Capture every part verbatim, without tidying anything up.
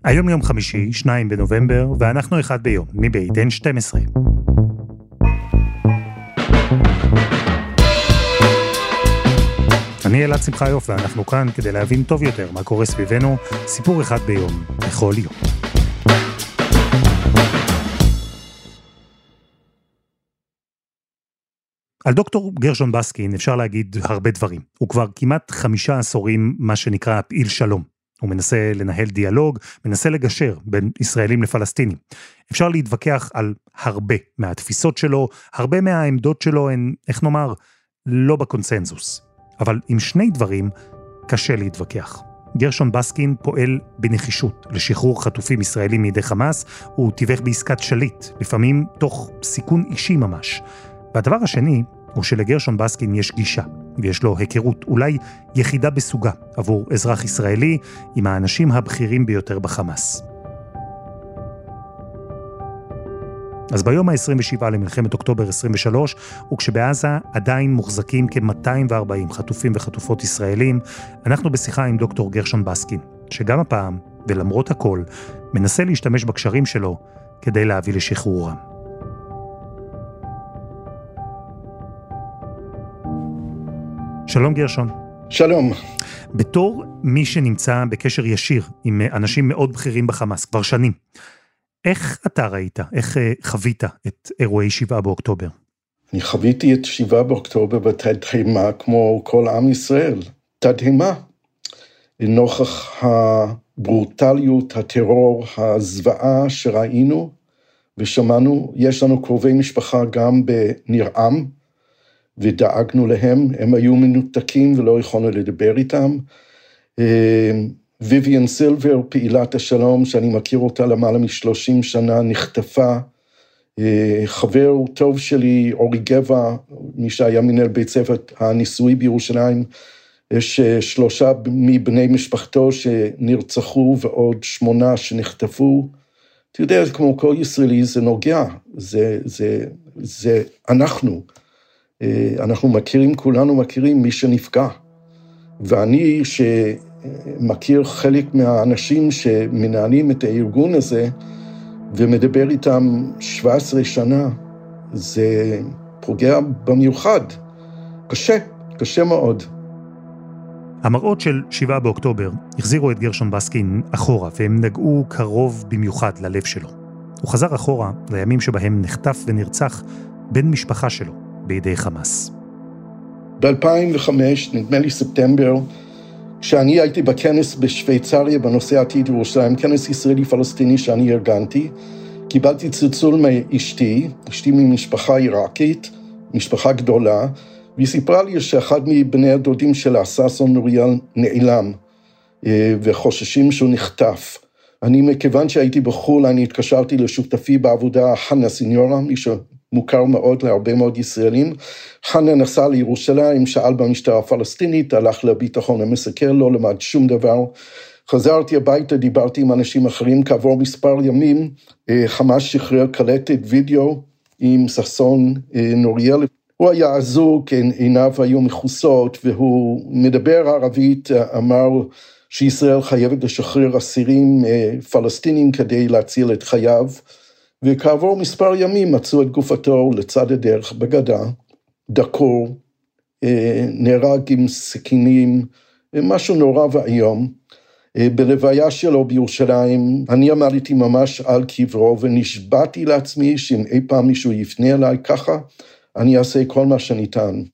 היום יום חמישי, שניים בנובמבר, ואנחנו אחד ביום, מבית אן שתים עשרה. אני אלעד שמחיוף, ואנחנו כאן כדי להבין טוב יותר מה קורה סביבנו, סיפור אחד ביום, בכל יום. על דוקטור גרשון בסקין אפשר להגיד הרבה דברים. הוא כבר כמעט חמישה עשורים מה שנקרא פעיל שלום. הוא מנסה לנהל דיאלוג, מנסה לגשר בין ישראלים לפלסטינים. אפשר להתווכח על הרבה מהתפיסות שלו, הרבה מהעמדות שלו הן, איך נאמר, לא בקונסנזוס. אבל עם שני דברים קשה להתווכח. גרשון בסקין פועל בנחישות לשחרור חטופים ישראלים מידי חמאס, הוא תיווך בעסקת שליט, לפעמים תוך סיכון אישי ממש. והדבר השני הוא שלגרשון בסקין יש גישה, ויש לו היכרות אולי יחידה בסוגה עבור אזרח ישראלי עם האנשים הבכירים ביותר בחמאס. אז ביום ה-עשרים ושבעה למלחמת אוקטובר עשרים ושלוש, וכשבעזה עדיין מוחזקים כ-מאתיים וארבעים חטופים וחטופות ישראלים, אנחנו בשיחה עם דוקטור גרשון בסקין, שגם הפעם, ולמרות הכל, מנסה להשתמש בקשרים שלו כדי להביא לשחרורם. שלום גרשון. שלום. בתור מי שנמצא בקשר ישיר עם אנשים מאוד בכירים בחמאס כבר שנים, איך אתה ראית, איך חווית את אירועי שבעה באוקטובר? אני חוויתי את שבעה באוקטובר בתדהמה כמו כל עם ישראל. תדהמה. נוכח הברוטליות, הטרור, הזוועה שראינו ושמענו, יש לנו קרובי משפחה גם בנרעם, ודאגנו להם, הם היו מנותקים ולא יכולנו לדבר איתם. ויויאן סילבר, פעילת השלום, שאני מכיר אותה למעלה משלושים שנה, נחטפה. חבר טוב שלי, אורי גבע, מי שהיה מנהל בית ספר הניסוי בירושלים, יש שלושה מבני משפחתו שנרצחו ועוד שמונה שנחטפו. אתה יודע, כמו כל ישראלי זה נוגע, זה, זה, זה אנחנו. אנחנו מכירים, כולנו מכירים מי שנפגע. ואני שמכיר חלק מהאנשים שמנהלים את הארגון הזה, ומדבר איתם שבע עשרה שנה, זה פוגע במיוחד. קשה, קשה מאוד. המראות של שבעה באוקטובר החזירו את גרשון בסקין אחורה, והם נגעו קרוב במיוחד ללב שלו. הוא חזר אחורה לימים שבהם נחטף ונרצח בן משפחה שלו, בידי חמאס. ב-אלפיים וחמש, נדמה לי ספטמבר, כשאני הייתי בכנס בשוויצריה בנושא עתיד ירושלים, כנס ישראלי פלסטיני שאני ארגנתי, קיבלתי צלצול מאשתי, אשתי ממשפחה עיראקית, משפחה גדולה, והיא סיפרה לי שאחד מבני הדודים שלה, ששון נוריאל, נעלם, וחוששים שהוא נחטף. אני, מכיוון שהייתי בחול, אני התקשרתי לשותפי בעבודה, חנה סיניורה, מישהו מוכר מאוד להרבה מאוד ישראלים. חנה נסע לירושלים, שאל במשטרה הפלסטינית, הלך לביטחון המסקר, לא למד שום דבר. חזרתי הביתה, דיברתי עם אנשים אחרים, כעבור מספר ימים, חמאס שחרר קלטת וידאו עם ששון נוריאל. הוא היה עזוק, עיניו היו מכוסות, והוא מדבר ערבית, אמר שישראל חייבת לשחרר אסירים פלסטינים כדי להציל את חייו, וכעבור מספר ימים מצאו את גופתו לצד הדרך בגדה, דקור, נהרג עם סכינים, משהו נורא והיום. בלוויה שלו בירושלים, אני עמדתי ממש על קברו, ונשבעתי לעצמי שאם אי פעם מישהו יפנה אליי ככה, אני אעשה כל מה שניתן.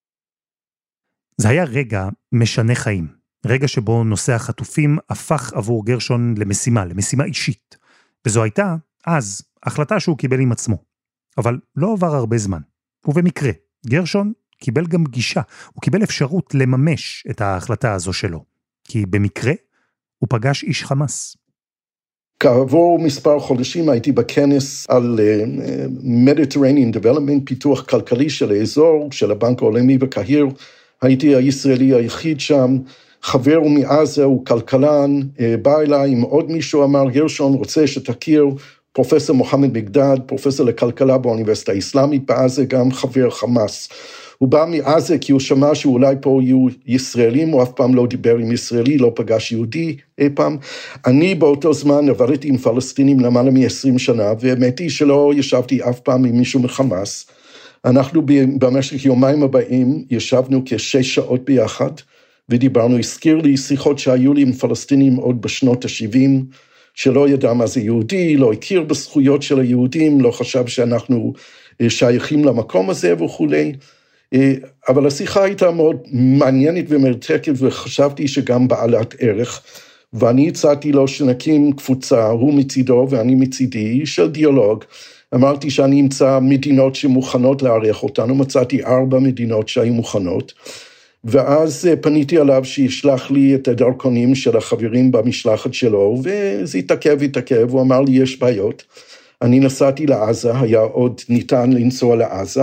זה היה רגע משנה חיים, רגע שבו נושא החטופים הפך עבור גרשון למשימה, למשימה אישית, וזו הייתה אז החלטה שהוא קיבל עם עצמו. אבל לא עבר הרבה זמן. ובמקרה, גרשון קיבל גם גישה. הוא קיבל אפשרות לממש את ההחלטה הזו שלו. כי במקרה הוא פגש איש חמאס. כעבור מספר חודשים הייתי בכנס על uh, Mediterranean Development, פיתוח כלכלי של האזור, של הבנק העולמי בקהיר. הייתי הישראלי היחיד שם. חבר מעזה, הוא כלכלן, uh, בא אליי עם עוד מישהו, אמר, גרשון רוצה שתכיר פרופסור מוחמד מגדד, פרופסור לכלכלה באוניברסיטה האסלאמית בעזה, גם חבר חמאס. הוא בא מעזה כי הוא שמע שאולי פה יהיו ישראלים, הוא אף פעם לא דיבר עם ישראלי, לא פגש יהודי אי פעם. אני באותו זמן עברתי עם פלסטינים למעלה מ-עשרים שנה, והאמת היא שלא ישבתי אף פעם עם מישהו מחמאס. אנחנו במשך יומיים הבאים ישבנו כשש שעות ביחד, ודיברנו, הזכיר לי שיחות שהיו לי עם פלסטינים עוד בשנות ה-שבעים, שלא ידע מה זה יהודי, לא הכיר בזכויות של היהודים, לא חשב שאנחנו שייכים למקום הזה וכולי. אבל השיחה הייתה מאוד מעניינת ומרתקת, וחשבתי שגם בעלת ערך, ואני הצעתי לו שנקים קבוצה, הוא מצידו ואני מצידי, של דיאלוג. אמרתי שאני אמצא מדינות שמוכנות לארח אותנו, מצאתי ארבע מדינות שהיו מוכנות, ואז פניתי עליו שישלח לי את הדרכונים של החברים במשלחת שלו, וזה התעכב, התעכב, הוא אמר לי יש בעיות. אני נסעתי לעזה, היה עוד ניתן לנסוע לעזה,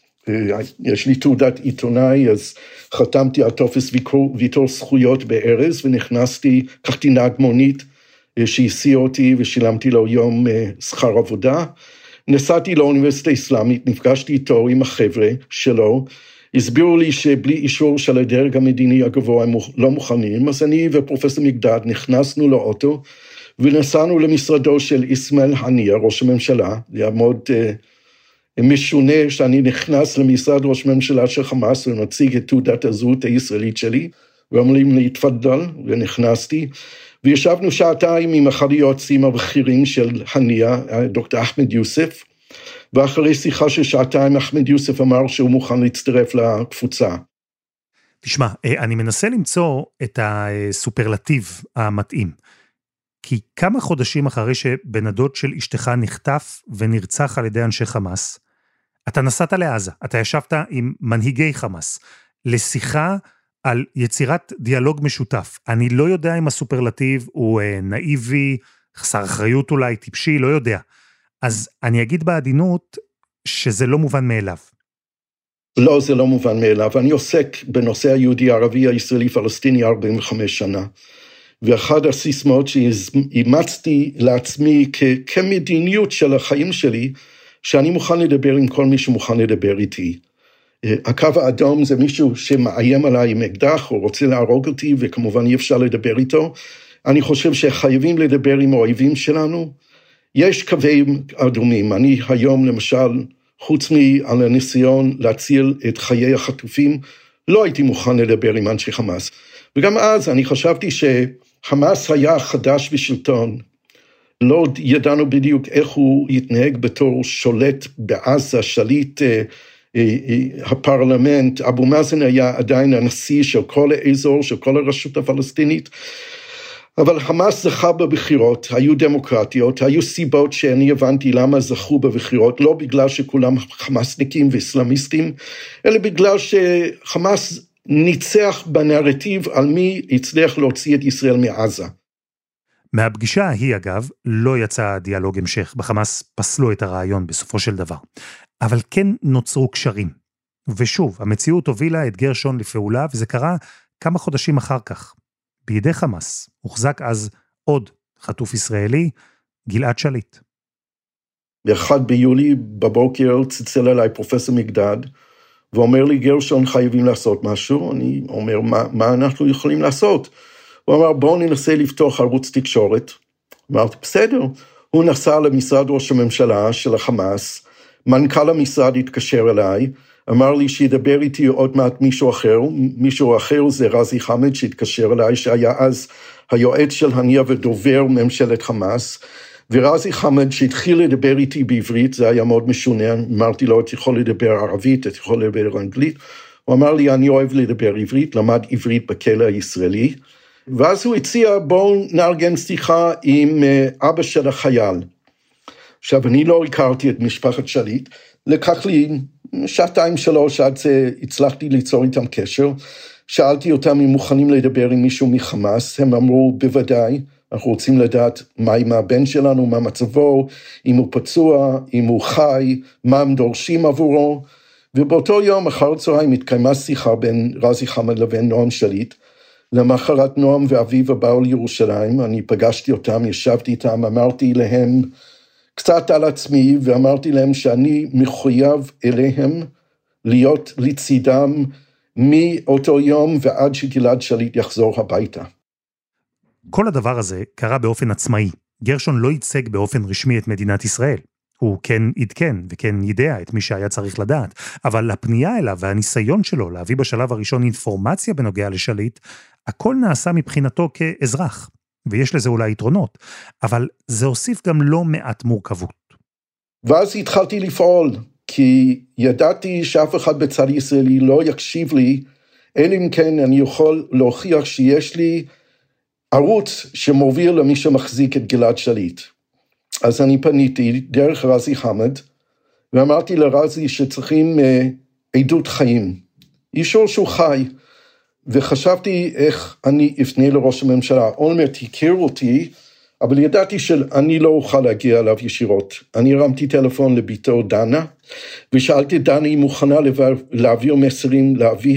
יש לי תעודת עיתונאי, אז חתמתי על טופס ויתור זכויות בארז, ונכנסתי, קחתי נהג מונית, שהסיע אותי ושילמתי לו יום שכר עבודה, נסעתי לאוניברסיטה האסלאמית, נפגשתי איתו עם החבר'ה שלו, הסבירו לי שבלי אישור של הדרג המדיני הגבוה הם לא מוכנים, אז אני ופרופסור מגדד נכנסנו לאוטו, ונסענו למשרדו של איסמעיל הנייה, ראש הממשלה, זה היה מאוד uh, משונה שאני נכנס למשרד ראש הממשלה של חמאס, ונציג את תעודת הזהות הישראלית שלי, ואומרים לי תפדל, ונכנסתי, וישבנו שעתיים עם אחד היועצים הבכירים של הנייה, דוקטור אחמד יוסף, ואחרי שיחה של שעתיים, אחמד יוסף אמר שהוא מוכן להצטרף לקבוצה. תשמע, אני מנסה למצוא את הסופרלטיב המתאים, כי כמה חודשים אחרי שבן הדוד של אשתך נחטף ונרצח על ידי אנשי חמאס, אתה נסעת לעזה, אתה ישבת עם מנהיגי חמאס, לשיחה על יצירת דיאלוג משותף. אני לא יודע אם הסופרלטיב הוא נאיבי, חסר אחריות אולי, טיפשי, לא יודע. אז אני אגיד בעדינות שזה לא מובן מאליו. לא, זה לא מובן מאליו. אני עוסק בנושא היהודי, הערבי, הישראלי, פלסטיני ארבעים וחמש שנה. ואחד הסיסמאות שאימצתי לעצמי כ- כמדיניות של החיים שלי, שאני מוכן לדבר עם כל מי שמוכן לדבר איתי. הקו האדום זה מישהו שמאיים עליי עם אקדח, או רוצה להרוג אותי, וכמובן אי אפשר לדבר איתו. אני חושב שחייבים לדבר עם האויבים שלנו. יש קווים אדומים. אני היום למשל, חוץ מעל הניסיון להציל את חיי החטופים, לא הייתי מוכן לדבר עם אנשי חמאס. וגם אז אני חשבתי שחמאס היה חדש בשלטון. לא ידענו בדיוק איך הוא יתנהג בתור שולט בעזה, שליט הפרלמנט. אבו מאזן היה עדיין הנשיא של כל האזור, של כל הרשות הפלסטינית. אבל חמאס זכה בבחירות, היו דמוקרטיות, היו סיבות שאני הבנתי למה זכו בבחירות, לא בגלל שכולם חמאסניקים ואסלאמיסטים, אלא בגלל שחמאס ניצח בנרטיב על מי הצליח להוציא את ישראל מעזה. מהפגישה ההיא אגב, לא יצא דיאלוג המשך, בחמאס פסלו את הרעיון בסופו של דבר, אבל כן נוצרו קשרים. ושוב, המציאות הובילה את גרשון לפעולה, וזה קרה כמה חודשים אחר כך. בידי חמאס הוחזק אז עוד חטוף ישראלי, גלעד שליט. ב-אחד ביולי בבוקר צלצל אליי פרופסור מגדד, ואומר לי, גרשון, חייבים לעשות משהו. אני אומר, מה, מה אנחנו יכולים לעשות? הוא אמר, בואו ננסה לפתוח ערוץ תקשורת. אמרתי, בסדר. הוא נסע למשרד ראש הממשלה של החמאס, מנכ"ל המשרד התקשר אליי, אמר לי שידבר איתי עוד מעט מישהו אחר, מישהו אחר זה רזי חמד שהתקשר אליי, שהיה אז היועץ של הנייה ודובר ממשלת חמאס, ורזי חמד שהתחיל לדבר איתי בעברית, זה היה מאוד משונה, אמרתי לו, את יכול לדבר ערבית, את יכול לדבר אנגלית, הוא אמר לי, אני אוהב לדבר עברית, למד עברית בכלא הישראלי, ואז הוא הציע, בואו נארגן שיחה עם אבא של החייל. עכשיו, אני לא הכרתי את משפחת שליט, לקח לי שעתיים שלוש עד שהצלחתי ליצור איתם קשר, שאלתי אותם אם מוכנים לדבר עם מישהו מחמאס, הם אמרו בוודאי, אנחנו רוצים לדעת מה עם הבן שלנו, מה מצבו, אם הוא פצוע, אם הוא חי, מה הם דורשים עבורו, ובאותו יום אחר צהריים התקיימה שיחה בין רזי חמד לבין נועם שליט, למחרת נועם ואביבה באו לירושלים, אני פגשתי אותם, ישבתי איתם, אמרתי להם, קצת על עצמי, ואמרתי להם שאני מחויב אליהם להיות לצידם מאותו יום ועד שגלעד שליט יחזור הביתה. כל הדבר הזה קרה באופן עצמאי. גרשון לא ייצג באופן רשמי את מדינת ישראל. הוא כן עדכן וכן ידע את מי שהיה צריך לדעת, אבל הפנייה אליו והניסיון שלו להביא בשלב הראשון אינפורמציה בנוגע לשליט, הכל נעשה מבחינתו כאזרח, ויש לזה אולי יתרונות, אבל זה הוסיף גם לא מעט מורכבות. ואז התחלתי לפעול, כי ידעתי שאף אחד בצד ישראלי לא יקשיב לי, אלא אם כן אני יכול להוכיח שיש לי ערוץ שמוביל למי שמחזיק את גלעד שליט. אז אני פניתי דרך רזי חמד, ואמרתי לרזי שצריכים uh, עדות חיים, אישור שהוא חי, וחשבתי איך אני אפנה לראש הממשלה. אולמרט הכיר אותי, אבל ידעתי שאני לא אוכל להגיע אליו ישירות. אני הרמתי טלפון לביתו דנה, ושאלתי דנה היא מוכנה להעביר מסרים לאביה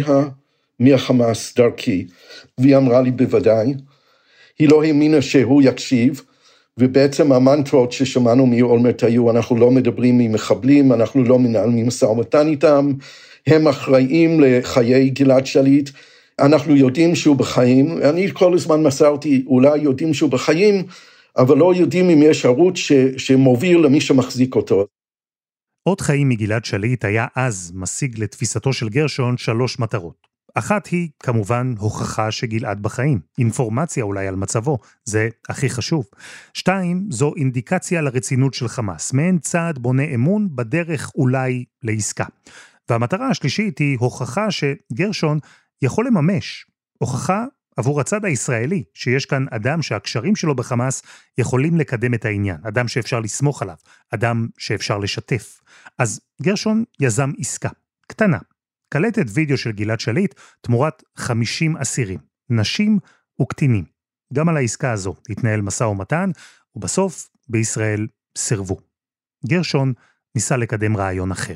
מהחמאס דרכי, והיא אמרה לי בוודאי. היא לא האמינה שהוא יקשיב, ובעצם המנטרות ששמענו מאולמרט היו, אנחנו לא מדברים עם מחבלים, אנחנו לא מנהלים משא ומתן איתם, הם אחראים לחיי גלעד שליט, אנחנו יודעים שהוא בחיים, אני כל הזמן מסרתי, אולי יודעים שהוא בחיים, אבל לא יודעים אם יש ערוץ ש, שמוביל למי שמחזיק אותו. עוד חיים מגלעד שליט היה אז משיג לתפיסתו של גרשון שלוש מטרות. אחת היא כמובן הוכחה שגלעד בחיים, אינפורמציה אולי על מצבו, זה הכי חשוב. שתיים, זו אינדיקציה לרצינות של חמאס, מעין צעד בונה אמון בדרך אולי לעסקה. והמטרה השלישית היא הוכחה שגרשון יכול לממש, הוכחה עבור הצד הישראלי, שיש כאן אדם שהקשרים שלו בחמאס יכולים לקדם את העניין, אדם שאפשר לסמוך עליו, אדם שאפשר לשתף. אז גרשון יזם עסקה, קטנה, קלטת וידאו של גלעד שליט תמורת חמישים אסירים, נשים וקטינים. גם על העסקה הזו התנהל משא ומתן, ובסוף בישראל סירבו. גרשון ניסה לקדם רעיון אחר.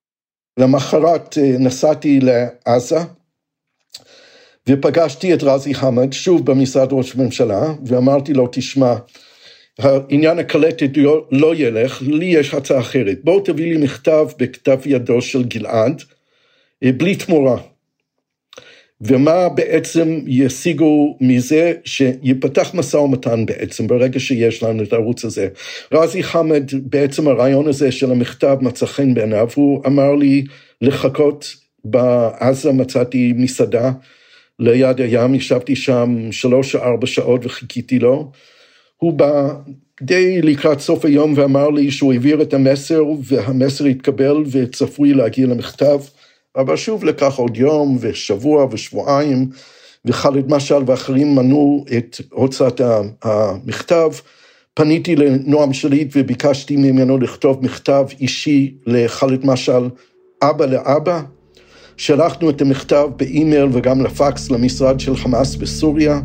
למחרת נסעתי לעזה, ופגשתי את רזי חמד, שוב במשרד ראש הממשלה, ואמרתי לו, תשמע, העניין הקלטת לא ילך, לי יש הצעה אחרת. בואו תביא לי מכתב בכתב ידו של גלעד, בלי תמורה. ומה בעצם ישיגו מזה שיפתח משא ומתן בעצם, ברגע שיש לנו את הערוץ הזה. רזי חמד, בעצם הרעיון הזה של המכתב מצא חן בעיניו, הוא אמר לי לחכות בעזה, מצאתי מסעדה ליד הים, ישבתי שם שלוש או ארבע שעות וחיכיתי לו. הוא בא די לקראת סוף היום ואמר לי שהוא העביר את המסר, והמסר התקבל וצפוי להגיע למכתב. אבל שוב לקח עוד יום ושבוע ושבועיים, וחלד משל ואחרים מנעו את הוצאת המכתב. פניתי לנועם שליט וביקשתי ממנו לכתוב מכתב אישי לחלד משל, אבא לאבא. שלחנו את המכתב באימייל וגם לפקס למשרד של חמאס בסוריה,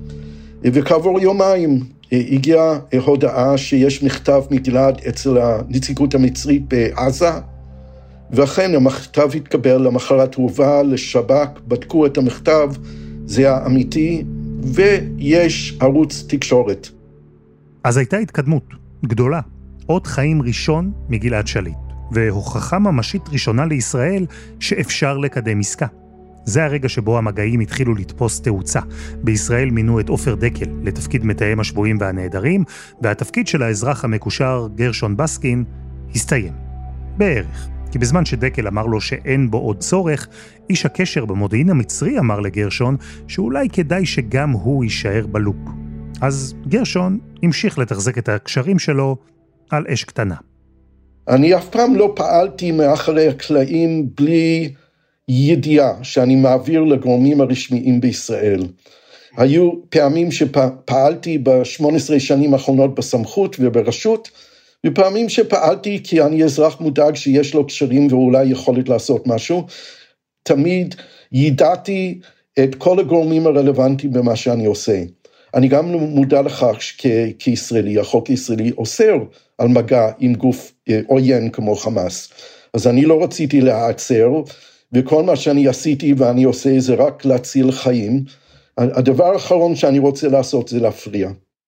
וכעבור יומיים הגיעה הודעה שיש מכתב מגלעד אצל הנציגות המצרית בעזה, ואכן המכתב התקבל, למחרת הובא לשב"כ, בדקו את המכתב, זה האמיתי, ויש ערוץ תקשורת. אז הייתה התקדמות גדולה, עוד חיים ראשון מגלעד שליט, והוכחה ממשית ראשונה לישראל שאפשר לקדם עסקה. זה הרגע שבו המגעים התחילו לתפוס תאוצה. בישראל מינו את עופר דקל לתפקיד מתאם השבויים והנעדרים, והתפקיד של האזרח המקושר גרשון בסקין הסתיים. בערך. כי בזמן שדקל אמר לו שאין בו עוד צורך, איש הקשר במודיעין המצרי אמר לגרשון שאולי כדאי שגם הוא יישאר בלופ. אז גרשון המשיך לתחזק את הקשרים שלו על אש קטנה. אני אף פעם לא פעלתי מאחורי הקלעים בלי ידיעה שאני מעביר לגורמים הרשמיים בישראל. היו פעמים שפעלתי ב-שמונה עשרה שנים האחרונות בסמכות וברשות, ופעמים שפעלתי כי אני אזרח מודאג שיש לו קשרים ואולי יכולת לעשות משהו. תמיד ידעתי את כל הגורמים הרלוונטיים במה שאני עושה. אני גם מודע לכך כישראלי, החוק הישראלי אוסר על מגע עם גוף עוין כמו חמאס. אז אני לא רציתי להעצר, וכל מה שאני עשיתי ואני עושה זה רק להציל חיים. הדבר האחרון שאני רוצה לעשות זה להפריע.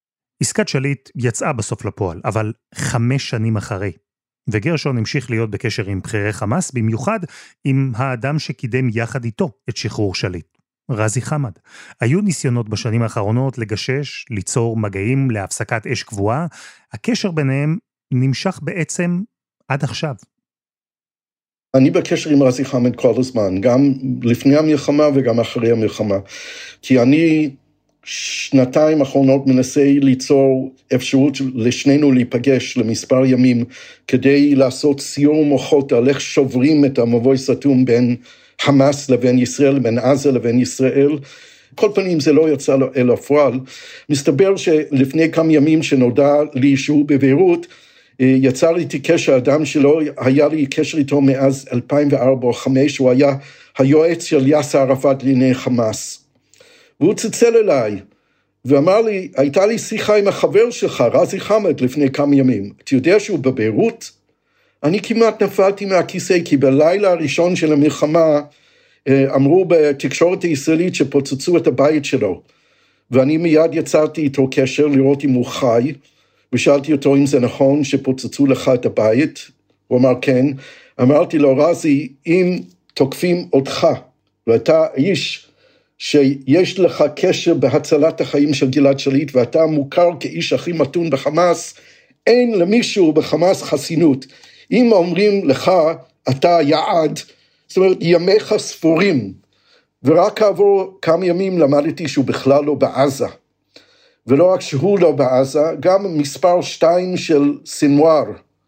עסקת שליט יצאה בסוף לפועל, אבל חמש שנים אחרי. וגרשון המשיך להיות בקשר עם בכירי חמאס, במיוחד עם האדם שקידם יחד איתו את שחרור שליט, רזי חמד. היו ניסיונות בשנים האחרונות לגשש, ליצור מגעים להפסקת אש קבועה. הקשר ביניהם נמשך בעצם עד עכשיו. אני בקשר עם רזי חמד כל הזמן, גם לפני המלחמה וגם אחרי המלחמה. כי אני שנתיים האחרונות מנסה ליצור אפשרות לשנינו להיפגש למספר ימים, כדי לעשות סיור מוחות על איך שוברים את המבוי סתום בין חמאס לבין ישראל, בין עזה לבין ישראל. כל פנים זה לא יצא אל הפועל. מסתבר שלפני כמה ימים שנודע לי שהוא בביירות, יצר איתי קשר, אדם שלא היה לי קשר איתו מאז אלפיים וארבע או אלפיים וחמש, הוא היה היועץ של יאסר ערפאת לענייני חמאס. והוא צלצל אליי, ואמר לי, הייתה לי שיחה עם החבר שלך, רזי חמד, לפני כמה ימים. אתה יודע שהוא בביירות? אני כמעט נפלתי מהכיסא, כי בלילה הראשון של המלחמה, אמרו בתקשורת הישראלית שפוצצו את הבית שלו. ואני מיד יצרתי איתו קשר לראות אם הוא חי, ושאלתי אותו אם זה נכון שפוצצו לך את הבית. הוא אמר כן. אמרתי לו, רזי, אם תוקפים אותך, ואתה איש שיש לך קשר בהצלת החיים של גלעד שליט, ואתה מוכר כאיש הכי מתון בחמאס, אין למישהו בחמאס חסינות. אם אומרים לך, אתה יעד, זאת אומרת, ימיך ספורים, ורק כעבור כמה ימים למדתי שהוא בכלל לא בעזה. ולא רק שהוא לא בעזה, גם מספר שתיים של סנואר,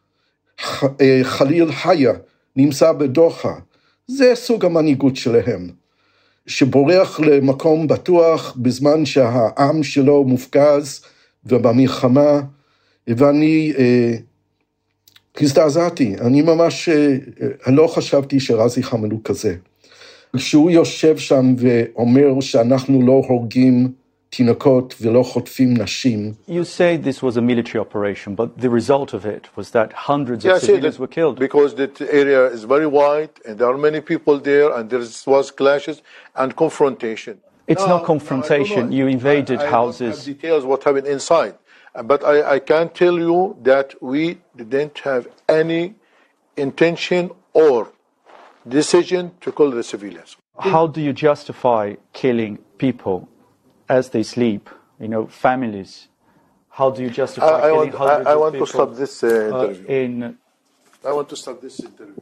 חליל חיה, נמצא בדוחה. זה סוג המנהיגות שלהם, שבורח למקום בטוח בזמן שהעם שלו מופגז ובמלחמה, ואני אה, הזדעזעתי, אני ממש אה, לא חשבתי שרזי חמד הוא כזה. כשהוא יושב שם ואומר שאנחנו לא הורגים תינוקות ולא חוטפים נשים. You say this was a military operation, but the result of it was that hundreds of yeah, civilians were killed. Because the area is very wide and there are many people there and there was clashes and confrontation. It's no, not confrontation. No, you invaded I, I houses. don't have details what happened inside. But I, I can tell you that we didn't have any intention or decision to kill the civilians. How do you justify killing people as they sleep, you know, families? How do you justify I, I killing want, hundreds I, I of want people? to stop this uh, interview. Uh, in... I want to stop this interview.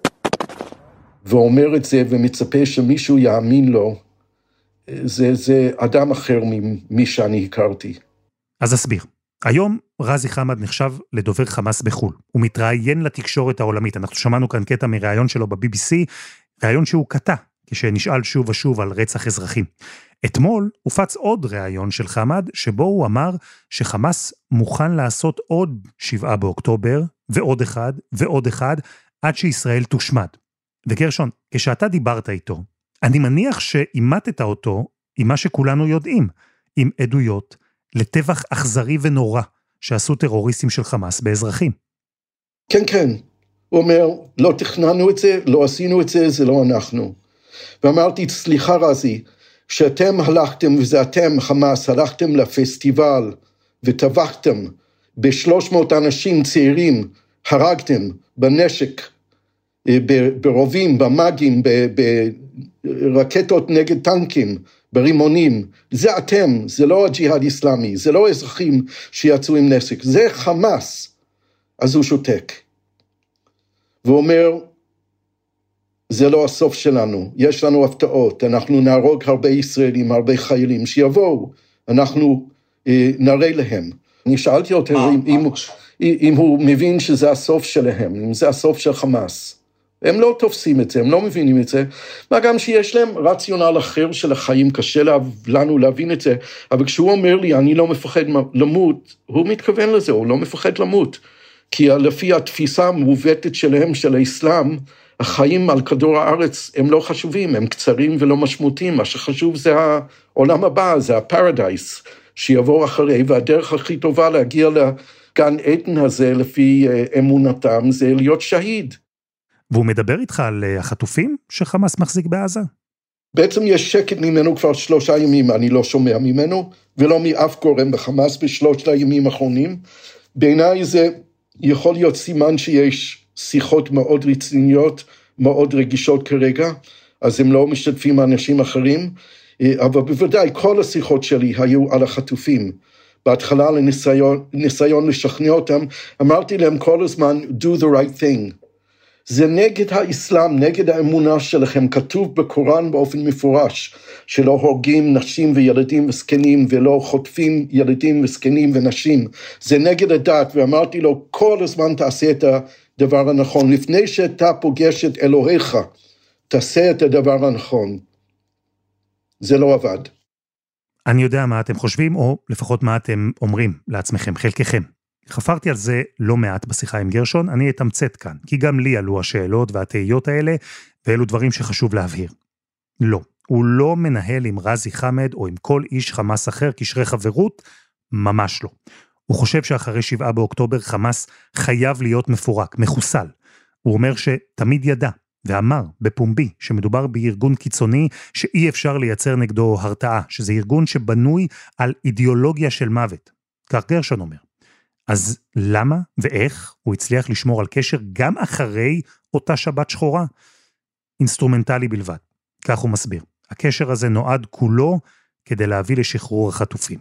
ואומר את זה ומצפה שמישהו יאמין לו, זה, זה אדם אחר ממי שאני הכרתי. אז אסביר. היום רזי חמד נחשב לדובר חמאס בחול. הוא מתראיין לתקשורת העולמית. אנחנו שמענו כאן קטע מראיון שלו ב-בי בי סי, ראיון שהוא קטע, כשנשאל שוב ושוב על רצח אזרחים. אתמול הופץ עוד ראיון של חמד, שבו הוא אמר שחמאס מוכן לעשות עוד שבעה באוקטובר, ועוד אחד, ועוד אחד, עד שישראל תושמד. וגרשון, כשאתה דיברת איתו, אני מניח שאימתת אותו עם מה שכולנו יודעים, עם עדויות לטבח אכזרי ונורא שעשו טרוריסטים של חמאס באזרחים. כן, כן. הוא אומר, לא תכננו את זה, לא עשינו את זה, זה לא אנחנו. ואמרתי, סליחה רזי, שאתם הלכתם, וזה אתם, חמאס, הלכתם לפסטיבל, וטבחתם ב-שלוש מאות אנשים צעירים, הרגתם בנשק, ברובים, במאגים, ברקטות נגד טנקים, ברימונים. זה אתם, זה לא הג'יהאד איסלאמי, זה לא אזרחים שיצאו עם נשק, זה חמאס. אז הוא שותק. והוא אומר, זה לא הסוף שלנו, יש לנו הפתעות, אנחנו נהרוג הרבה ישראלים, הרבה חיילים שיבואו, אנחנו אה, נראה להם. אני שאלתי אותו אם, אם, אם הוא מבין שזה הסוף שלהם, אם זה הסוף של חמאס. הם לא תופסים את זה, הם לא מבינים את זה, מה גם שיש להם רציונל אחר של החיים, קשה לנו להבין את זה, אבל כשהוא אומר לי, אני לא מפחד למות, הוא מתכוון לזה, הוא לא מפחד למות, כי לפי התפיסה המעוותת שלהם, של האסלאם, החיים על כדור הארץ הם לא חשובים, הם קצרים ולא משמעותיים, מה שחשוב זה העולם הבא, זה הפרדייס, שיבוא אחרי, והדרך הכי טובה להגיע לגן עדן הזה, לפי אמונתם, זה להיות שהיד. והוא מדבר איתך על החטופים שחמאס מחזיק בעזה? בעצם יש שקט ממנו כבר שלושה ימים, אני לא שומע ממנו, ולא מאף גורם בחמאס בשלושת הימים האחרונים. בעיניי זה יכול להיות סימן שיש שיחות מאוד רציניות, מאוד רגישות כרגע, אז הם לא משתתפים אנשים אחרים, אבל בוודאי כל השיחות שלי היו על החטופים. בהתחלה לניסיון, ניסיון לשכנע אותם, אמרתי להם כל הזמן, do the right thing. זה נגד האסלאם, נגד האמונה שלכם, כתוב בקוראן באופן מפורש, שלא הורגים נשים וילדים וסקנים, ולא חוטפים ילדים וסקנים ונשים. זה נגד הדת, ואמרתי לו, כל הזמן תעשה את הדבר הנכון, לפני שאתה פוגש את אלוהיך, תעשה את הדבר הנכון. זה לא עבד. אני יודע מה אתם חושבים, או לפחות מה אתם אומרים לעצמכם, חלקכם. חפרתי על זה לא מעט בשיחה עם גרשון, אני אתמצת כאן, כי גם לי עלו השאלות והתהיות האלה, ואלו דברים שחשוב להבהיר. לא, הוא לא מנהל עם רזי חמד, או עם כל איש חמאס אחר, קשרי חברות, ממש לא. הוא חושב שאחרי שבעה באוקטובר חמאס חייב להיות מפורק, מחוסל. הוא אומר שתמיד ידע, ואמר בפומבי שמדובר בארגון קיצוני שאי אפשר לייצר נגדו הרתעה, שזה ארגון שבנוי על אידיאולוגיה של מוות. כך גרשון אומר. אז למה ואיך הוא הצליח לשמור על קשר גם אחרי אותה שבת שחורה? אינסטרומנטלי בלבד. כך הוא מסביר. הקשר הזה נועד כולו כדי להביא לשחרור החטופים.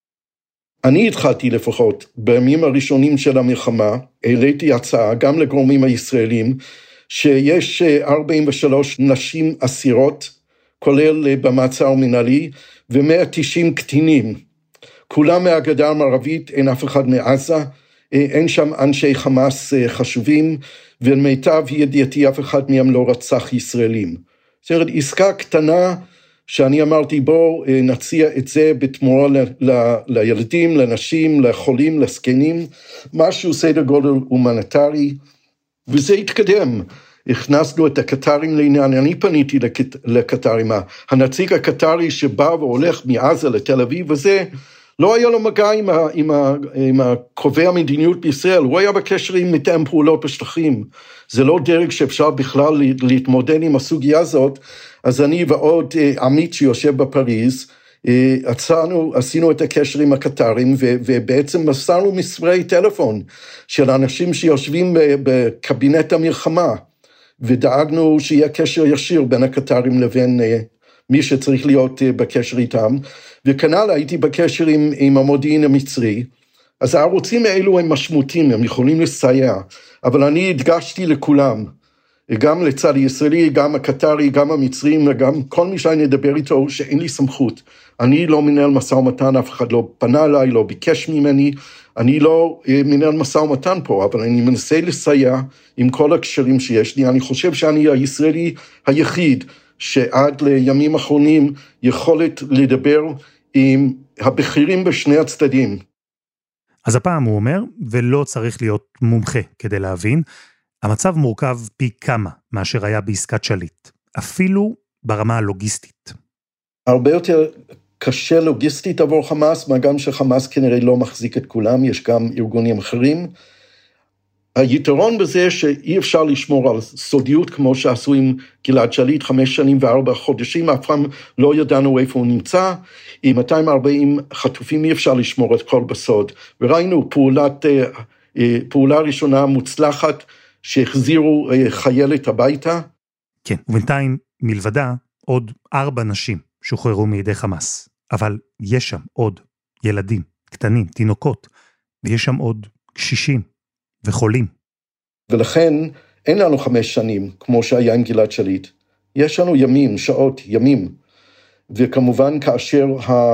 אני התחלתי לפחות, בימים הראשונים של המלחמה, העליתי הצעה גם לגורמים הישראלים, שיש ארבעים ושלוש נשים אסירות, כולל במעצר מנהלי, ו-מאה ותשעים קטינים. כולם מהגדה המערבית, אין אף אחד מעזה, אין שם אנשי חמאס חשובים, ולמיטב ידיעתי אף אחד מהם לא רצח ישראלים. זאת אומרת, עסקה קטנה, שאני אמרתי בוא נציע את זה בתמורה ל- ל- לילדים, לנשים, לחולים, לסקנים, משהו סדר גודל הומניטרי, וזה התקדם. הכנסנו את הקטרים לעניין, אני פניתי לקט, לקטרים, הנציג הקטרי שבא והולך מעזה לתל אביב, וזה לא היה לו מגע עם, ה, עם, ה, עם הקובעי המדיניות בישראל, הוא היה בקשר עם מתאם פעולות בשטחים, זה לא דרג שאפשר בכלל להתמודד עם הסוגיה הזאת, אז אני ועוד עמית שיושב בפריז, עצרנו, עשינו את הקשר עם הקטרים, ו, ובעצם מסרנו מספרי טלפון של אנשים שיושבים בקבינט המלחמה, ודאגנו שיהיה קשר ישיר בין הקטרים לבין מי שצריך להיות בקשר איתם, וכנ"ל הייתי בקשר עם, עם המודיעין המצרי, אז הערוצים האלו הם משמעותיים, הם יכולים לסייע, אבל אני הדגשתי לכולם, גם לצד הישראלי, גם הקטרי, גם המצרים, וגם כל מי שאני אדבר איתו, שאין לי סמכות. אני לא מנהל משא ומתן, אף אחד לא פנה אליי, לא ביקש ממני, אני לא מנהל משא ומתן פה, אבל אני מנסה לסייע עם כל הקשרים שיש לי. אני חושב שאני הישראלי היחיד, שעד לימים האחרונים יכולת לדבר עם הבכירים בשני הצדדים. אז הפעם הוא אומר, ולא צריך להיות מומחה כדי להבין, המצב מורכב פי כמה מאשר היה בעסקת שליט, אפילו ברמה הלוגיסטית. הרבה יותר קשה לוגיסטית עבור חמאס, מה גם שחמאס כנראה לא מחזיק את כולם, יש גם ארגונים אחרים. היתרון בזה שאי אפשר לשמור על סודיות כמו שעשו עם גלעד שליט, חמש שנים וארבע חודשים, אף פעם לא ידענו איפה הוא נמצא, עם מאתיים וארבעים חטופים אי אפשר לשמור את כל בסוד, וראינו פעולת, פעולה ראשונה מוצלחת, שהחזירו חיילת הביתה. כן, ובינתיים מלבדה עוד ארבע נשים שוחררו מידי חמאס, אבל יש שם עוד ילדים, קטנים, תינוקות, ויש שם עוד קשישים וחולים. ולכן אין לנו חמש שנים, כמו שהיה עם גלעד שליט. יש לנו ימים, שעות, ימים, וכמובן כאשר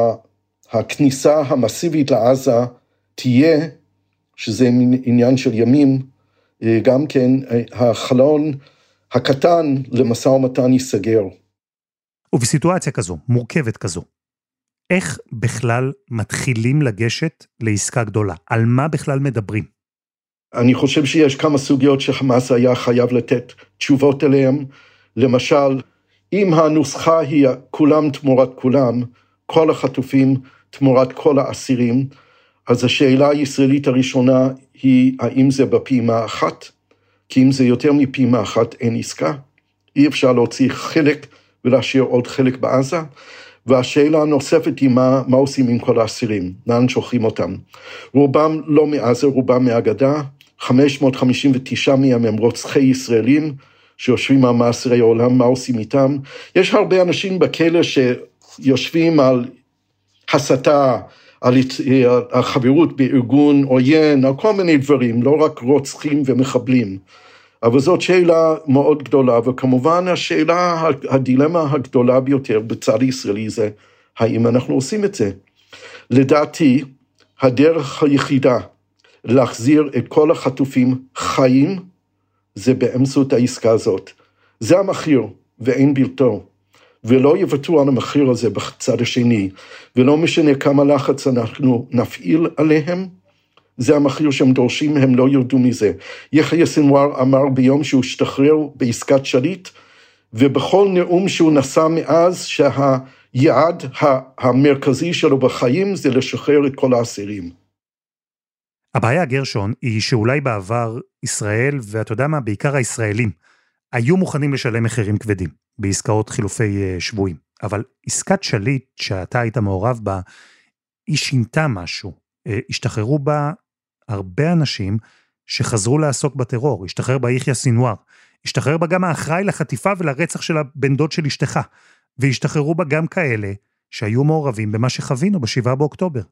הכניסה המסיבית לעזה תהיה, שזה עניין של ימים, גם כן החלון הקטן למשא ומתן ייסגר. ובסיטואציה כזו, מורכבת כזו, איך בכלל מתחילים לגשת לעסקה גדולה? על מה בכלל מדברים? אני חושב שיש כמה סוגיות שחמאס היה חייב לתת תשובות אליהם. למשל, אם הנוסחה היא כולם תמורת כולם, כל החטופים תמורת כל האסירים, אז השאלה הישראלית הראשונה היא, האם זה בפעימה אחת? כי אם זה יותר מפעימה אחת, אין עסקה. אי אפשר להוציא חלק ולהשאיר עוד חלק בעזה. והשאלה הנוספת היא מה, מה עושים עם כל האסירים, לאן שולחים אותם. רובם לא מעזה, רובם מהגדה, חמש מאות חמישים ותשע מהם הם רוצחי ישראלים, שיושבים על מאסרי העולם, מה עושים איתם. יש הרבה אנשים בכלא שיושבים על הסתה, על החברות בארגון עוין, על כל מיני דברים, לא רק רוצחים ומחבלים. אבל זאת שאלה מאוד גדולה, וכמובן השאלה, הדילמה הגדולה ביותר בצד הישראלי זה, האם אנחנו עושים את זה? לדעתי, הדרך היחידה להחזיר את כל החטופים חיים, זה באמצעות העסקה הזאת. זה המחיר, ואין בלתו. ולא יוותרו על המחיר הזה בצד השני, ולא משנה כמה לחץ אנחנו נפעיל עליהם, זה המחיר שהם דורשים, הם לא ירדו מזה. יחיא סנוואר אמר ביום שהוא השתחרר בעסקת שליט, ובכל נאום שהוא נשא מאז שהיעד המרכזי שלו בחיים זה לשחרר את כל האסירים. הבעיה, גרשון, היא שאולי בעבר ישראל, ואתה יודע מה, בעיקר הישראלים, היו מוכנים לשלם מחירים כבדים בעסקאות חילופי שבויים. אבל עסקת שליט שאתה היית מעורב בה, היא שינתה משהו. השתחררו בה הרבה אנשים שחזרו לעסוק בטרור. השתחרר בה יחיא סנוואר. השתחרר בה גם האחראי לחטיפה ולרצח של הבן דוד של אשתך. והשתחררו בה גם כאלה שהיו מעורבים במה שחווינו בשבעה באוקטובר.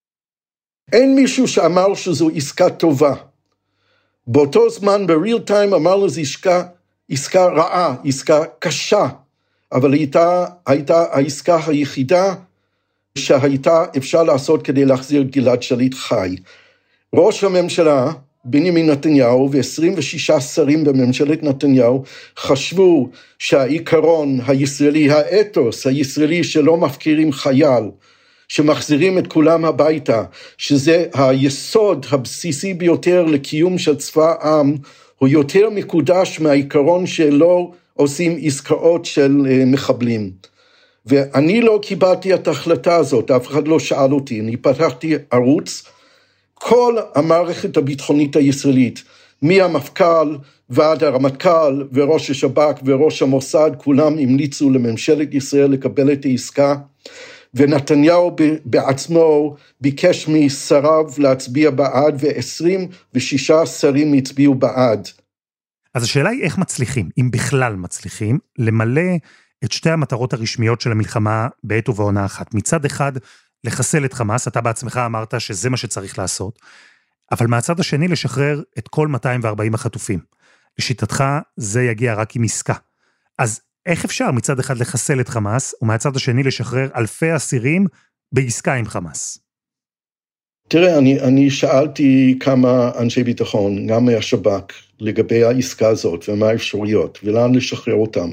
אין מישהו שאמר שזו עסקה טובה. באותו זמן, בריל טיים, אמרנו זו עסקה, עסקה רעה, עסקה קשה, אבל הייתה, הייתה העסקה היחידה שהייתה אפשר לעשות כדי להחזיר גלעד שליט חי. ראש הממשלה, בנימין נתניהו, ו-עשרים ושישה שרים בממשלת נתניהו, חשבו שהעיקרון הישראלי, האתוס הישראלי שלא מפקירים חייל, שמחזירים את כולם הביתה, שזה היסוד הבסיסי ביותר לקיום של צבא העם, הוא יותר מקודש מהעיקרון שלא עושים עסקאות של מחבלים. ואני לא קיבלתי את ההחלטה הזאת, אף אחד לא שאל אותי, אני פתחתי ערוץ, כל המערכת הביטחונית הישראלית, מהמפכ"ל ועד הרמטכ"ל וראש השב"כ וראש המוסד, כולם המליצו לממשלת ישראל לקבל את העסקה, ונתניהו בעצמו ביקש משריו להצביע בעד, ו-עשרים ושישה שרים הצביעו בעד. אז השאלה היא איך מצליחים, אם בכלל מצליחים, למלא את שתי המטרות הרשמיות של המלחמה בעת ובעונה אחת. מצד אחד, לחסל את חמאס, אתה בעצמך אמרת שזה מה שצריך לעשות, אבל מהצד השני לשחרר את כל מאתיים וארבעים החטופים. לשיטתך זה יגיע רק עם עסקה. אז איך אפשר מצד אחד לחסל את חמאס, ומהצד השני לשחרר אלפי אסירים בעסקה עם חמאס? תראה, אני, אני שאלתי כמה אנשי ביטחון, גם מהשב"כ, לגבי העסקה הזאת, ומה האפשרויות, ולאן לשחרר אותם.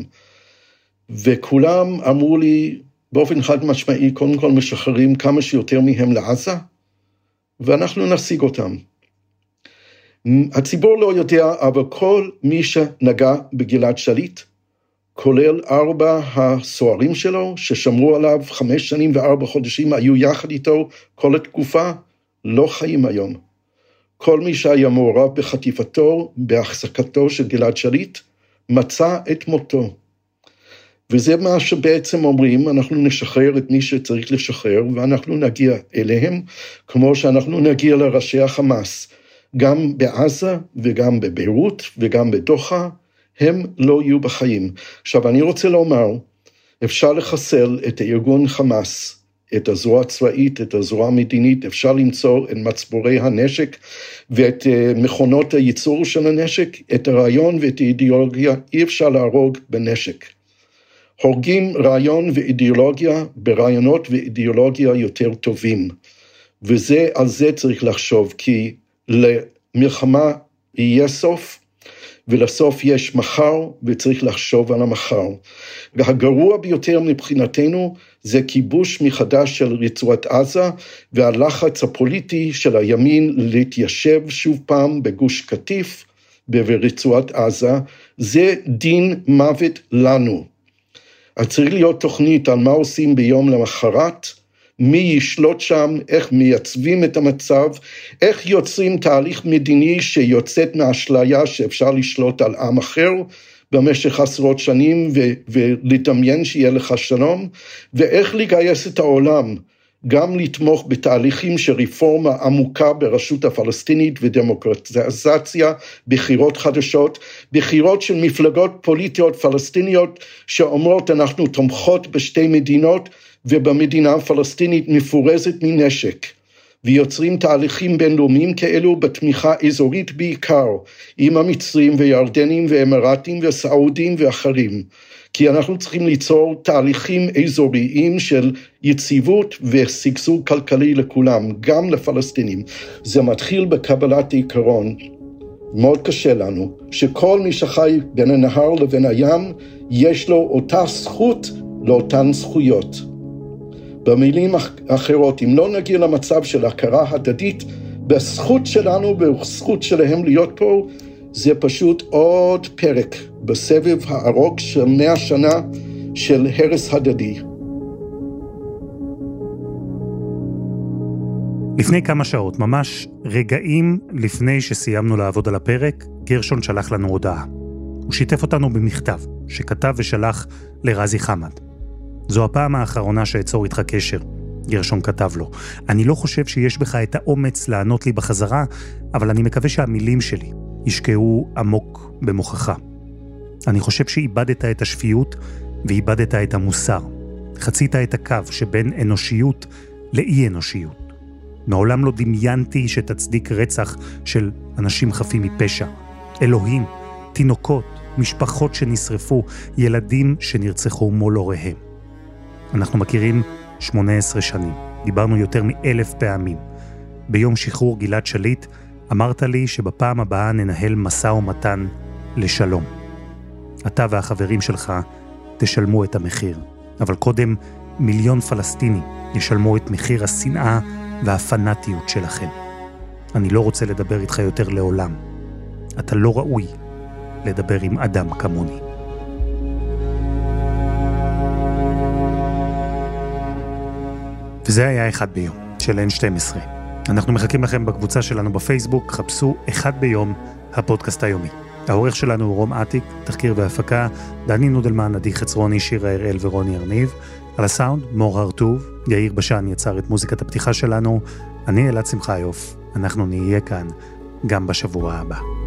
וכולם אמרו לי, באופן חד משמעי, קודם כל משחררים כמה שיותר מהם לעזה, ואנחנו נשיג אותם. הציבור לא יודע, אבל כל מי שנגע בגלעד שליט, כולל ארבע הסוהרים שלו, ששמרו עליו חמש שנים וארבע חודשים, היו יחד איתו כל התקופה, לא חיים היום. כל מי שהיה מעורב בחטיפתו, בהחזקתו של גלעד שליט, מצא את מותו. וזה מה שבעצם אומרים, אנחנו נשחרר את מי שצריך לשחרר, ואנחנו נגיע אליהם, כמו שאנחנו נגיע לראשי החמאס, גם בעזה וגם בביירות וגם בדוחה, הם לא יהיו בחיים. עכשיו, אני רוצה לומר, אפשר לחסל את הארגון חמאס, את הזרוע הצבאית, את הזרוע המדינית, אפשר למצוא את מצבורי הנשק, ואת מכונות הייצור של הנשק, את הרעיון ואת האידיאולוגיה, אי אפשר להרוג בנשק. הורגים רעיון ואידיאולוגיה ברעיונות ואידיאולוגיה יותר טובים, וזה, על זה צריך לחשוב, כי למלחמה יהיה סוף, ולסוף יש מחר, וצריך לחשוב על המחר. והגרוע ביותר מבחינתנו, זה כיבוש מחדש של רצועת עזה, והלחץ הפוליטי של הימין להתיישב שוב פעם בגוש קטיף, ברצועת עזה, זה דין מוות לנו. אז צריך להיות תוכנית על מה עושים ביום למחרת, מי ישלוט שם, איך מייצבים את המצב, איך יוצרים תהליך מדיני שיוצאת מהאשליה שאפשר לשלוט על עם אחר, במשך עשרות שנים ו- ולדמיין שיהיה לך שלום, ואיך לגייס את העולם, גם לתמוך בתהליכים של רפורמה עמוקה ברשות הפלסטינית ודמוקרטיזציה, בחירות חדשות, בחירות של מפלגות פוליטיות פלסטיניות שאומרות אנחנו תומכות בשתי מדינות ובמדינה הפלסטינית מפורזת מנשק. ויוצרים תהליכים בינלאומיים כאלו בתמיכה אזורית בעיקר, עם המצרים וירדנים ואמרתים וסעודים ואחרים. כי אנחנו צריכים ליצור תהליכים אזוריים של יציבות ושגשוג כלכלי לכולם, גם לפלסטינים. זה מתחיל בקבלת העיקרון, מאוד קשה לנו, שכל מי שחי בין הנהר לבין הים, יש לו אותה זכות לאותן זכויות. במילים אחרות, אם לא נגיע למצב של הכרה הדדית, בזכות שלנו, בזכות שלהם להיות פה, זה פשוט עוד פרק בסבב הארוך של מאה שנה של הרס הדדי. לפני כמה שעות, ממש רגעים לפני שסיימנו לעבוד על הפרק, גרשון שלח לנו הודעה. הוא שיתף אותנו במכתב שכתב ושלח לרזי חמד. זו הפעם האחרונה שאצור איתך קשר, גרשון כתב לו. אני לא חושב שיש בך את האומץ לענות לי בחזרה, אבל אני מקווה שהמילים שלי ישקעו עמוק במוחך. אני חושב שאיבדת את השפיות ואיבדת את המוסר. חצית את הקו שבין אנושיות לאי אנושיות. מעולם לא דמיינתי שתצדיק רצח של אנשים חפים מפשע. אלוהים, תינוקות, משפחות שנשרפו, ילדים שנרצחו מול הוריהם. אנחנו מכירים שמונה עשרה שנים, דיברנו יותר מאלף פעמים. ביום שחרור גלעד שליט אמרת לי שבפעם הבאה ננהל מסע ומתן לשלום. אתה והחברים שלך תשלמו את המחיר, אבל קודם מיליון פלסטינים ישלמו את מחיר השנאה והפנאטיות שלכם. אני לא רוצה לדבר איתך יותר לעולם. אתה לא ראוי לדבר עם אדם כמוני. וזה היה אחד ביום של אן שתים עשרה. אנחנו מחכים לכם בקבוצה שלנו בפייסבוק, חפשו אחד ביום הפודקאסט היומי. העורך שלנו הוא רום עתיק, תחקיר והפקה, דני נודלמן, עדי חצרוני, שירה הראל ורוני ארניב. על הסאונד, מור הרטוב, יאיר בשן יצר את מוזיקת הפתיחה שלנו. אני אלעד שמחיוף, אנחנו נהיה כאן גם בשבוע הבא.